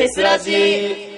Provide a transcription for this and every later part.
テスラジー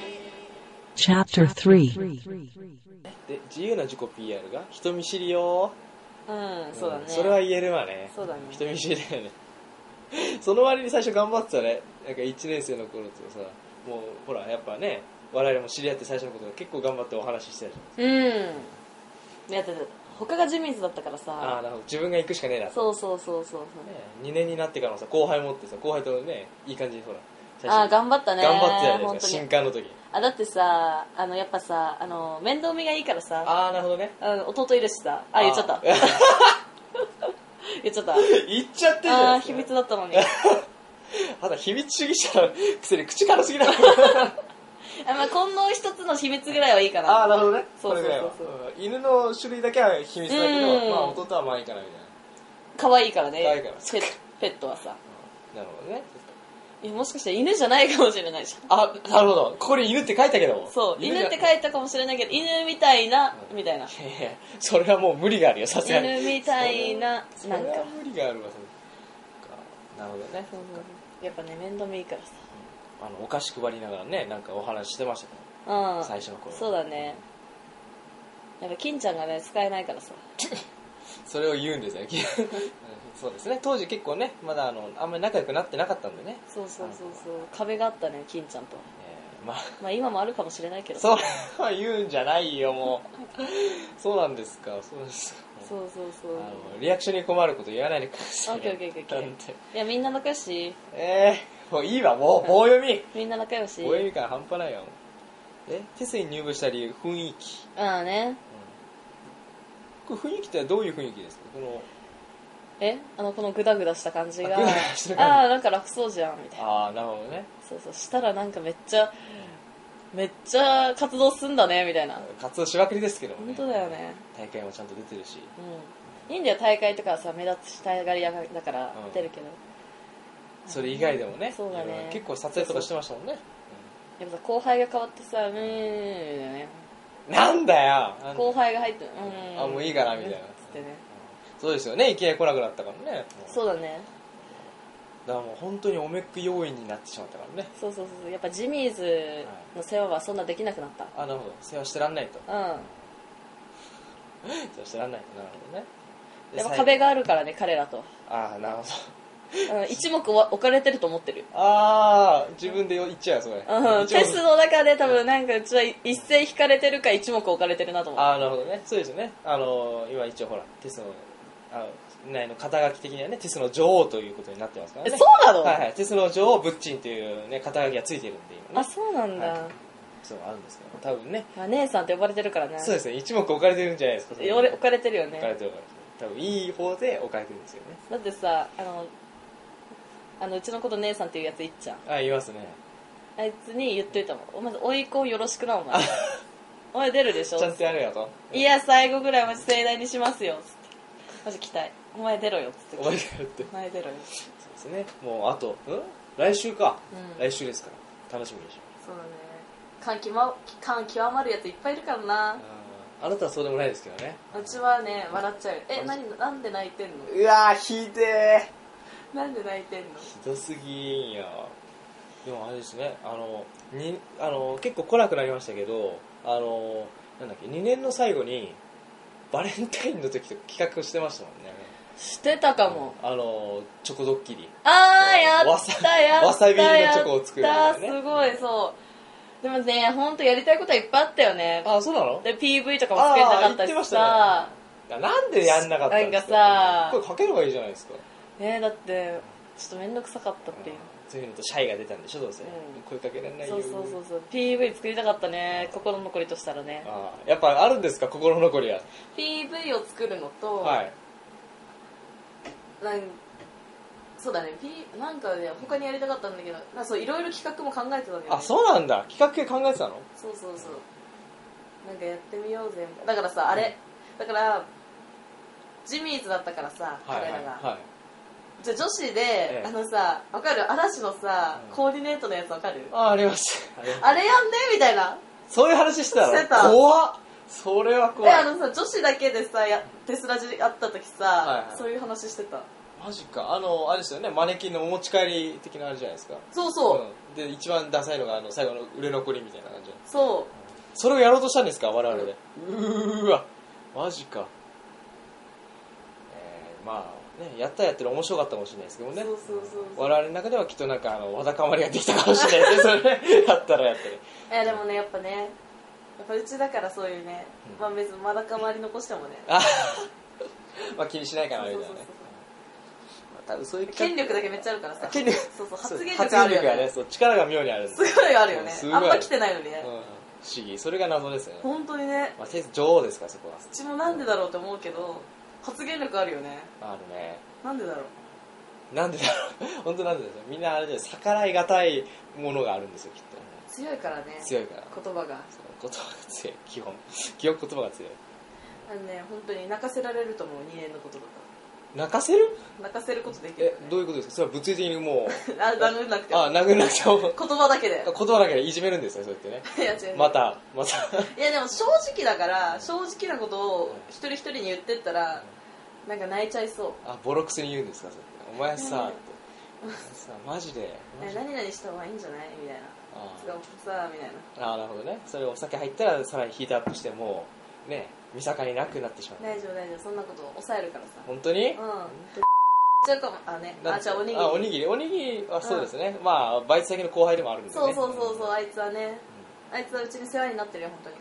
Chapter 3 で、自由な自己 PR が人見知りよ。 そうだね。 それは言えるわね。 そうだね。 人見知りだよね。その割に最初頑張ってたね。なんか1年生の頃とかさ、もうほらやっぱね、我々も知り合って最初のことが結構頑張ってお話ししてたじゃん。 いやだって他がジミーズだったからさ。 ああ、なるほど。自分が行くしかねえな。 そうそうそう。 ね、2年になってからもさ、後輩持ってさ、後輩とね、いい感じにほら。 頑張ったね。 頑張ってたじゃないですか、新刊の時。 だってさ、やっぱさ、面倒見がいいからさ。 ああ、なるほどね。 弟いるしさ。言っちゃった。言っちゃった。 言っちゃってんじゃん。 秘密だったのに。 あだ秘密主義者のくせに口軽すぎだ。 まあ、この一つの秘密ぐらいはいいかな。 ああ、なるほどね。 そう。 犬の種類だけは秘密だけど、まあ弟はまあいいかなみたいな。 可愛いからね。 可愛いから。 ペットはさ。 なるほどね。 もしかして犬じゃないかもしれないじゃん。 あ、なるほど。ここに犬って書いたけども。 そう、犬って書いたかもしれないけど、犬みたいな、みたいな。 それはもう無理があるよ、さすがに。 犬みたいな、なんか。 それは無理があるわ、なるほどね。 やっぱね、面倒見いいからさ。 お菓子配りながらね、なんかお話してましたけど、最初の頃。 そうだね。やっぱ金ちゃんがね、使えないからさ。 それを言うんですよね。そうですね。当時結構ね、まだあんまり仲良くなってなかったんでね。 そう。壁があったね、金ちゃんと。まあ今もあるかもしれないけど。 それは言うんじゃないよ、もう。そうなんですか、そうですか。 そう。 リアクションに困ること言わないでください。 オッケー。いや、みんな仲良し。 もういいわ、もう棒読み。 みんな仲良し。 棒読み感半端ないよ。テスに入部した理由、雰囲気。 ね。 これ雰囲気ってどういう雰囲気ですか？ このグダグダした感じが。なんか楽そうじゃん、みたいな。 なるほどね。 そう。したらなんかめっちゃ活動すんだね、みたいな。 活動しまくりですけどもね。 本当だよね。 大会もちゃんと出てるし。 いいんだよ、大会とかはさ、目立つしたいがり屋だから出るけど。 それ以外でもね。 そうだね。 結構撮影とかしてましたもんね。 やっぱさ、後輩が変わってさ、だよね。 なんだよ後輩が入ってもういいかなみたいな。 つってね。 そうですよね、いきなり来なくなったからね。 そうだね。 だからもう本当におめっく要因になってしまったからね。 そう。やっぱジミーズの世話はそんなできなくなった。 なるほど。世話してらんないと。世話してらんないと。なるほどね。 やっぱ壁があるからね、彼らと。 なるほど。 一目置かれてると思ってる。 自分で言っちゃうよ、それ。 テスの中で多分なんかうちは一斉引かれてるか一目置かれてるなと思う。 なるほどね。そうですよね。今一応ほら、テスの、肩書き的にはね、テスの女王ということになってますからね。 そうなの？ はい。テスの女王ブッチンというね、肩書きがついてるんで、今ね。 そうなんだ。 そうあるんですけど、多分ね。 姉さんって呼ばれてるからね。 そうですね。一目置かれてるんじゃないですか。 置かれてるよね。 置かれてる。多分いい方で置かれてるんですよね。 だってさ、うちのこと姉さんっていうやついっちゃん。 言いますね。 あいつに言っといたもん。まずおいっ子よろしくな、お前。お前出るでしょ。 ちゃんとやるよと。 いや、最後ぐらいマジ盛大にしますよ。つって。マジ期待。お前出ろよ。つって。 お前出ろって。 お前出ろよ。 そうですね。もうあと、来週か。来週ですから。楽しみにします。 そうだね。感極まるやついっぱいいるからな。 あなたはそうでもないですけどね。 うちはね、笑っちゃうよ。なんで泣いてんの？ うわー、ひでー。なんで泣いてんの？ ひどすぎんや。でもあれですね、結構来なくなりましたけど、なんだっけ、2年の最後に、バレンタインの時と企画してましたもんね。 してたかも。 チョコドッキリ。 やったわさび入りのチョコを作るみたいなね。 すごい、そう。でもね、ほんとやりたいことはいっぱいあったよね。 そうなの？ で、PV とかも作りたかったしさ。 なんでやんなかったんですか？ なんかさ、 これかければいいじゃないですか。 だって、ちょっとめんどくさかったっていう。 そういうのとシャイが出たんでしょ、どうせ。声かけられないよ。 そう。PV 作りたかったね、心残りとしたらね。 やっぱあるんですか、心残りは。 PV を作るのと、そうだね、なんかね、他にやりたかったんだけど、そう、いろいろ企画も考えてたんだよね。 そうなんだ。企画系考えてたの？ そう。なんかやってみようぜ。だからさ、だから、ジミーズだったからさ、彼らが。じゃあ女子で、わかる？嵐のさ、コーディネートのやつわかる？ あります。 あれやんねみたいな。 そういう話してたの？ してた。 怖っ。それは怖い。 女子だけでさ、テスラジ会った時さ、そういう話してた。 マジか。あれですよね、マネキンのお持ち帰り的なあれじゃないですか。 そう。 で一番ダサいのが最後の売れ残りみたいな感じ。 そうそれをやろうとしたんですか我々で。うーわマジか。まあね、やったらやってる面白かったかもしれないですけどね。 そう我々の中ではきっとなんかわだかまりができたかもしれないですね。それねやったらやってる。 でもねやっぱうちだからそういうね、まあ別にまだかまり残してもねまあ気にしないかなみたいなね。多分そういう権力だけめっちゃあるからさ。 権力そう発言力あるよね。 がね、そう力が妙にあるんですすごいあるよね。 すごいあんま来てないのにね。 不思議。それが謎ですよね。 本当にね。 まあ女王ですからそこは。 うちもなんでだろうって思うけど発言力あるよね。 あるね。 なんでだろう。 なんでだろう。本当なんでだろう。みんなあれで逆らいがたいものがあるんですよきっと。 強いからね。 強いから。 言葉が。 言葉が強い。基本言葉が強い。 本当に泣かせられると思う2年のことだったら。 泣かせる？ 泣かせることできる、ね。 どういうことですか？それは物理的にもう殴んなくても。 殴んなくても言葉だけで。 言葉だけでいじめるんですよそうやってね。 いや違う。 またいやでも正直だから正直なことを一人一人に言ってったらなんか泣いちゃいそう。 ボロクソに言うんですかそうやって。お前さってさマジで何々した方がいいんじゃないみたいな。さみたいな。なるほどね。それお酒入ったらさらにヒートアップしてもうね見境になくなってしまう。 大丈夫そんなこと抑えるからさ。 本当に？ じゃあおにぎり。 おにぎりはそうですね。まあバイト先の後輩でもあるんでね。 そうあいつはね、あいつはうちに世話になってるよ本当に。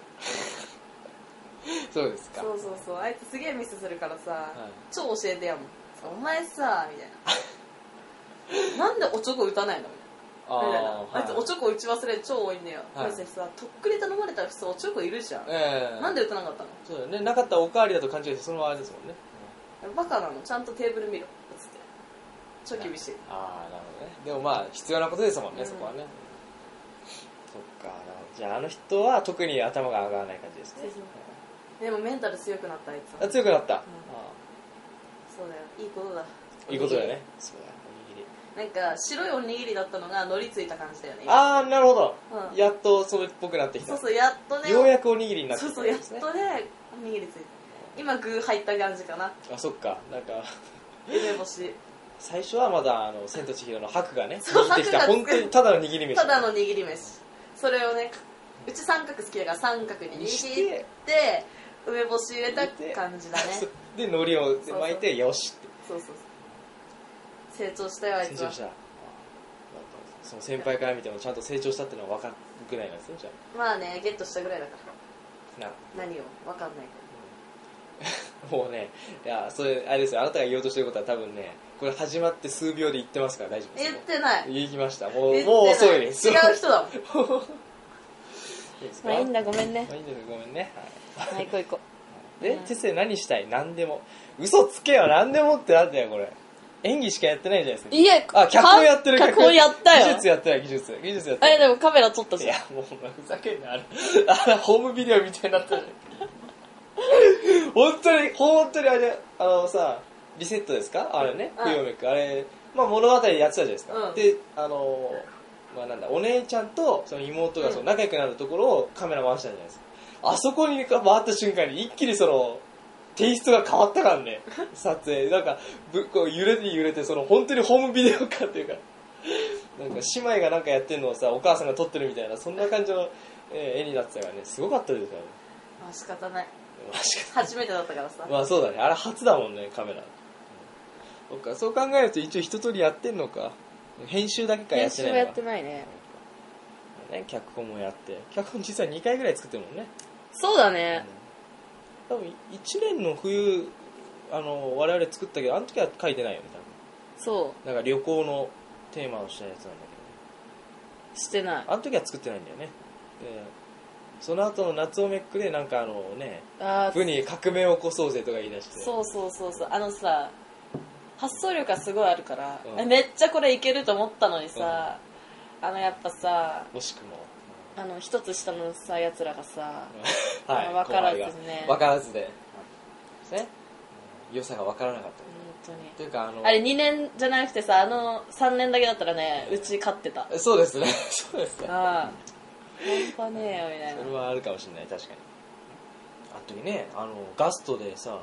そうですか。 そうあいつすげえミスするからさ、超教えてやもん。お前さみたいな。なんでおちょこ打たないのみたいな。あいつおちょこ打ち忘れ超多いんだよ。これさとっくり頼まれたら普通おちょこいるじゃん。なんで打たなかったの？ そうだね。なかったらおかわりだと勘違いしてそのままですもんね。 バカなの。ちゃんとテーブル見ろつって超厳しい。 なるほどね。でもまあ必要なことですもんね、そこはね。そっか。じゃあ人は特に頭が上がらない感じですね。 でもメンタル強くなったあいつは。 強くなった。 そうだよ。いいことだ。 いいことだよね。そうだよ。おにぎり。 なんか白いおにぎりだったのが海苔ついた感じだよね。 なるほど。やっとそれっぽくなってきた。 そうやっとね。 ようやくおにぎりになってきた。 やっとねおにぎりついた。今具入った感じかな。 そっか。なんか梅干し。 最初はまだ千と千尋の白がね握ってきた本当にただの握り飯。 ただの握り飯。それをねうち三角好きだから三角に握って梅干し入れた感じだね。 で海苔を巻いてよしって。 そう成長したよあいつは。 成長した。その先輩から見てもちゃんと成長したっていうのは分かるぐらいなんですねじゃあ。まあねゲットしたぐらいだから。何を分かんないけど。もうねいやそれあれですよあなたが言おうとしてることは多分ねこれ始まって数秒で言ってますから大丈夫です。 言ってない。 言いましたもう遅いです。 違う人だもん。まあいいんだごめんね。 いいんですごめんね。 はい、行こう。でテス何したい？何でも。嘘つけよ何でもってなんだよこれ。演技しかやってないじゃないですか。 いえ、 脚本やってる。 脚本やったよ。 技術やってない技術やってない。 でもカメラ撮ったじゃん。 いやもうふざけんなあれホームビデオみたいになったじゃん。本当にあれさリセットですかあれねクヨメクあれまあ物語でやってたじゃないですか。でまあなんだお姉ちゃんとその妹がその仲良くなるところをカメラ回したじゃないですか。あそこに回った瞬間に一気にそのテイストが変わったからね撮影なんかこう揺れてその本当にホームビデオ感っていうかなんか姉妹がなんかやってるのをさお母さんが撮ってるみたいなそんな感じの絵になってたからねすごかったですからね。 まあ仕方ない。初めてだったからさ。 まあそうだねあれ初だもんねカメラ。そっかそう考えると一応一通りやってんのか。編集だけかやってないのか。 編集はやってないね。 脚本もやって脚本実は2回ぐらい作ってるもんね。 そうだね。 多分1年の冬我々作ったけどあの時は書いてないよね多分。そうなんか旅行のテーマをしたやつなんだけどしてない。 あの時は作ってないんだよね。でその後の夏をめくでなんか部に革命を起こそうぜとか言い出してそうさ発想力がすごいあるから、めっちゃこれいけると思ったのにさ、やっぱさ惜しくも一つ下のさやつらがさ分からずでね良さが分からなかった。 本当にというかあれ2年じゃなくてさ3年だけだったらねうち勝ってた。 そうですねそうですね半端ねえよみたいな。 それはあるかもしれない確かに。あとにねガストでさ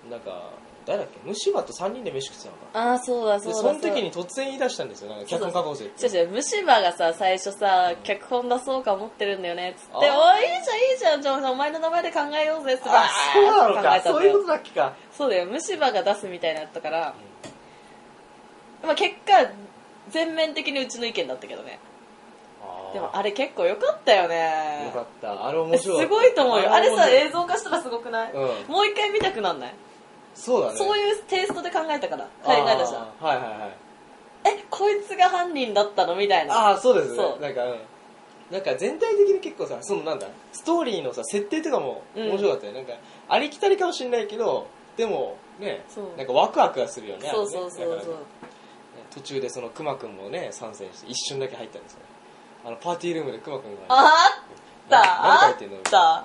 なんか誰だっけ、虫歯と3人で飯食ってたのか。 ああ、そうだそうだ。 でその時に突然言い出したんですよ、なんか脚本書こうぜって。 違う虫歯がさ、最初さ、脚本出そうか思ってるんだよねっつって、おいいじゃんじゃあお前の名前で考えようぜっつって、 そうなのか、そういうことだっけか。 そうだよ、虫歯が出すみたいなやったから、まあ結果全面的にうちの意見だったけどね。でもあれ結構良かったよね。 よかった、あれ面白い。 すごいと思うよ。あれさ、映像化したらすごくない？もう一回見たくなんない？ そうだね。 そういうテイストで考えたから、考えたじゃん。 はいはいはい。 こいつが犯人だったのみたいな。 ああ、そうですね。なんか全体的に結構さ、そのなんだ、ストーリーのさ、設定とかも面白かったよ。なんか、ありきたりかもしれないけど、でもね、なんかワクワクはするよね。 そうそうそうそう。 途中でそのクマくんもね、参戦して一瞬だけ入ったんですよ。パーティールームでクマくんが。 あった。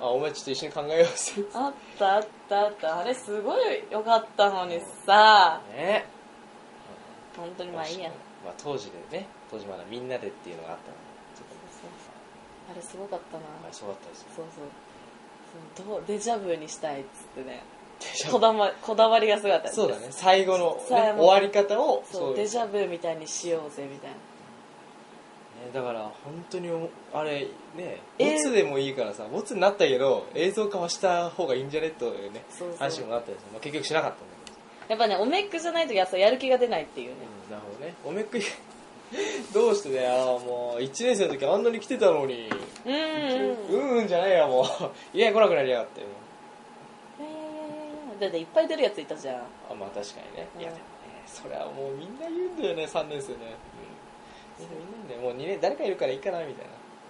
お前ちょっと一緒に考えようぜ。 あったあったあった。あれすごい良かったのにさ。ね。本当にまあいいや。 まあ当時まだみんなでっていうのがあったので。 あれすごかったな。 あれすごかったですよ。 そうデジャブにしたいっつってね。こだわりがすごかった。 そうだね。最後の、終わり方をそうデジャブみたいにしようぜみたいな。 だから本当にあれね、ボツでもいいからさ、ボツになったけど映像化はした方がいいんじゃねというね話もあったんですよ。結局しなかったんだけど、 やっぱねオメックじゃないとやる気が出ないっていうね。 なるほどね。オメックどうしてね、もう1年生の時あんなに来てたのに、うんじゃないよもういや来なくなりやがって。 だっていっぱい出るやついたじゃん。 まあ確かにね。いやでもね、それはもうみんな言うんだよね、3年生ね。みんなでもう2年誰かいるからいいかなみたいな。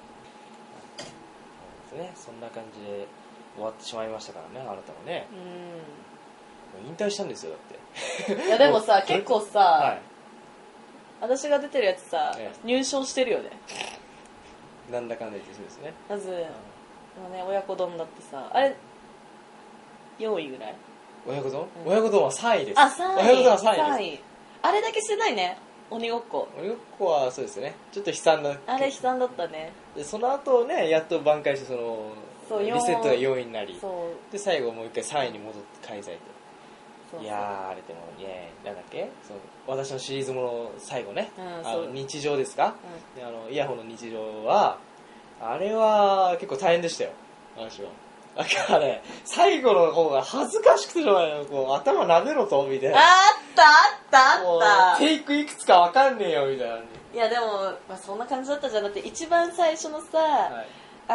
そうですね、そんな感じで終わってしまいましたからね、あなたもね。引退したんですよ、だって。 いやでもさ結構さ、はい、私が出てるやつさ、入賞してるよね。 なんだかんだ言ってそうですね。 まず、ね、親子丼だってさ、あれ4位ぐらい。 親子丼、親子丼は3位です。 あ、3位。 親子丼は3位です。 あれだけしてないね、鬼ごっこ。 鬼ごっこはそうですね、ちょっと悲惨な。 あれ悲惨だったね。でその後ね、やっと挽回してリセットが4位になり、で最後もう一回3位に戻って開催と。いやー、あれでもね、なんだっけ、私のシリーズもの最後ね、日常ですか、イヤホンの日常はあれは結構大変でしたよ、私は。だからね、最後の方が恥ずかしくてしょうがないよ。こう頭撫でろとみたいな。 あったテイクいくつかわかんねえよみたいな。いやでも、まあ、そんな感じだったじゃん。だって一番最初のさ、はい、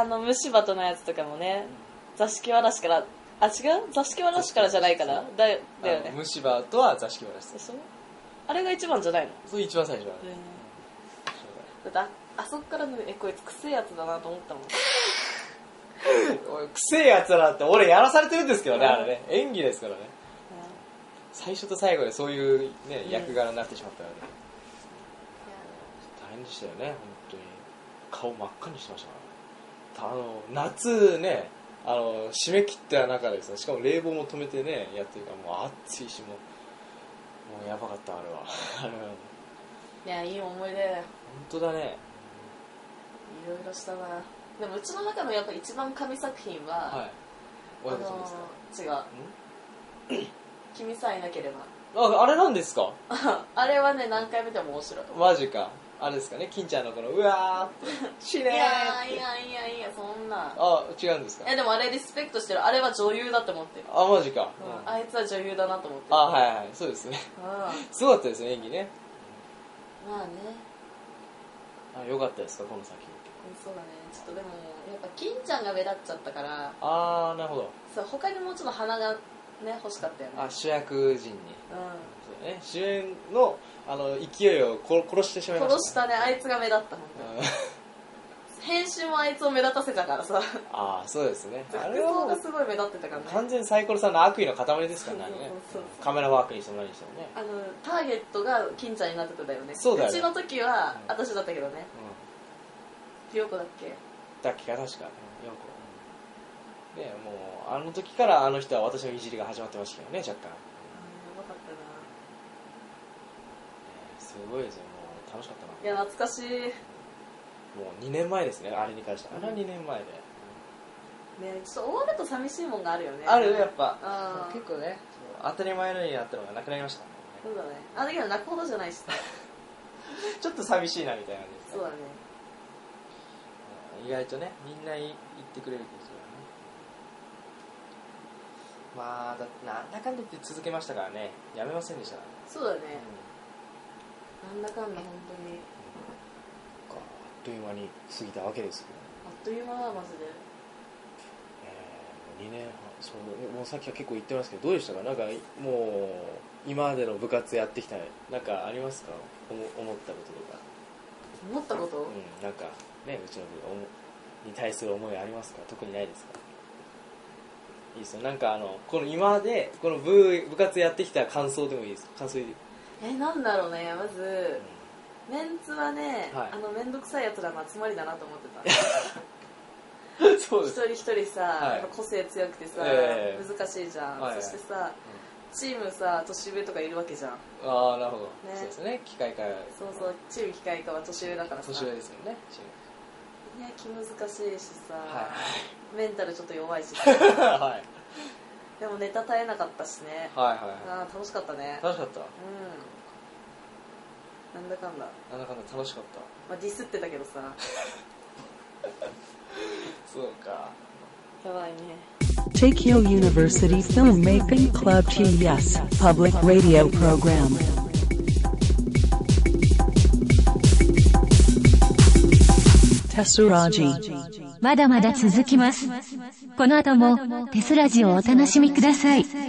虫歯とのやつとかもね、座敷わらしから、あ、違う、座敷わらしからじゃないからだよね。 虫歯とは座敷わらしでしょ。 あれが一番じゃないの？ そう、一番最初は、 だってあそっからのこいつくせえやつだなと思ったもん。 くせえやつだなって俺やらされてるんですけどね、あれね、演技ですからね。最初と最後でそういうね、役柄になってしまったので、大変でしたよね、本当に。顔真っ赤にしてましたから。夏ね、締め切った中でさ、しかも冷房も止めてねやってるから、もう暑いし、もうやばかった、あれは。 いや、いい思い出。本当だね。 いろいろしたな。でもうちの中のやっぱ一番神作品は、はい、親子さんですか？違う。君さえいなければ。 あれなんですか？ あれはね、何回見ても面白い。 マジか。あれですかね、金ちゃんのこのうわーって死ねーって。いやそんな。 あ、違うんですか？ でもあれリスペクトしてる。あれは女優だって思ってる。 あ、マジか。 あいつは女優だなと思ってる。 あ、はいはい、そうですね。すごかったですね、演技ね。 まあね。 良かったですか、この作品。 そうだね。ちょっとでもやっぱ金ちゃんが目立っちゃったから。 あー、なるほど。 そう、他にもうちょっと鼻がね欲しかったよね。 あ、主役陣に。そうね、主演の勢いを殺してしまいました、ね。 殺したね、あいつが目立った本当に。編集もあいつを目立たせたからさ。 ああ、そうですね。 あれはすごい目立ってたからね。 完全にサイコロさんの悪意の塊ですからね。カメラワークにしても何にしてもね。 ターゲットが金ちゃんになってたよね。 そうだよね。 うちの時は私だったけどね。陽子だっけ？ だっけか、確か。陽子。ね、もうあの時からあの人は私のいじりが始まってましたけどね、若干。 やばかったな。 すごいですよ、もう楽しかったな。 いや、懐かしい。 もう2年前ですね、あれに関しては。あれは2年前で。 ちょっと終わると寂しいもんがあるよね。 あるやっぱあ結構ね当たり前のようになったのがなくなりましたね。 そうだね。だけど泣くほどじゃないしさ。 ちょっと寂しいなみたいな感じですね。 そうだね。 意外とねみんな言ってくれるけどね。まあなんだかんだ言って続けましたからね、やめませんでしたからね。 そうだね、なんだかんだ本当にあっという間に過ぎたわけですけど、 あっという間だマジで。 2年半、そうもうさっきは結構言ってますけど、どうでしたか？なんかもう今までの部活やってきたなんかありますか？思ったこととか。 思ったこと？ なんかね、うちの部に対する思いありますか？特にないですか？いいですよ。なんかこの今までこの部活やってきた感想でもいいです。感想でいい。 なんだろうね。まず、メンツはね、 はい、 めんどくさいやつらの集まりだなと思ってた。 そうです。 一人一人さ、 はい、 やっぱ個性強くてさ、難しいじゃん、そしてさ、チームさ年上とかいるわけじゃん。 ああなるほど、 ね、 そうですね。機械化、 そうそう、チーム機械化は年上だからさ。 年上ですよね。 ね、気難しいしさ、 はい、 メンタルちょっと弱いしさ、 はい、 でもネタ絶えなかったしね。 はいはいはい、 楽しかったね。 楽しかった。 なんだかんだ楽しかった。 まあディスってたけどさ。 そうか。 やばいね。 Tokyo University Filmmaking Club TES Public Radio Program. Tesuraji まだまだ続きます。この後もテスラジをお楽しみください。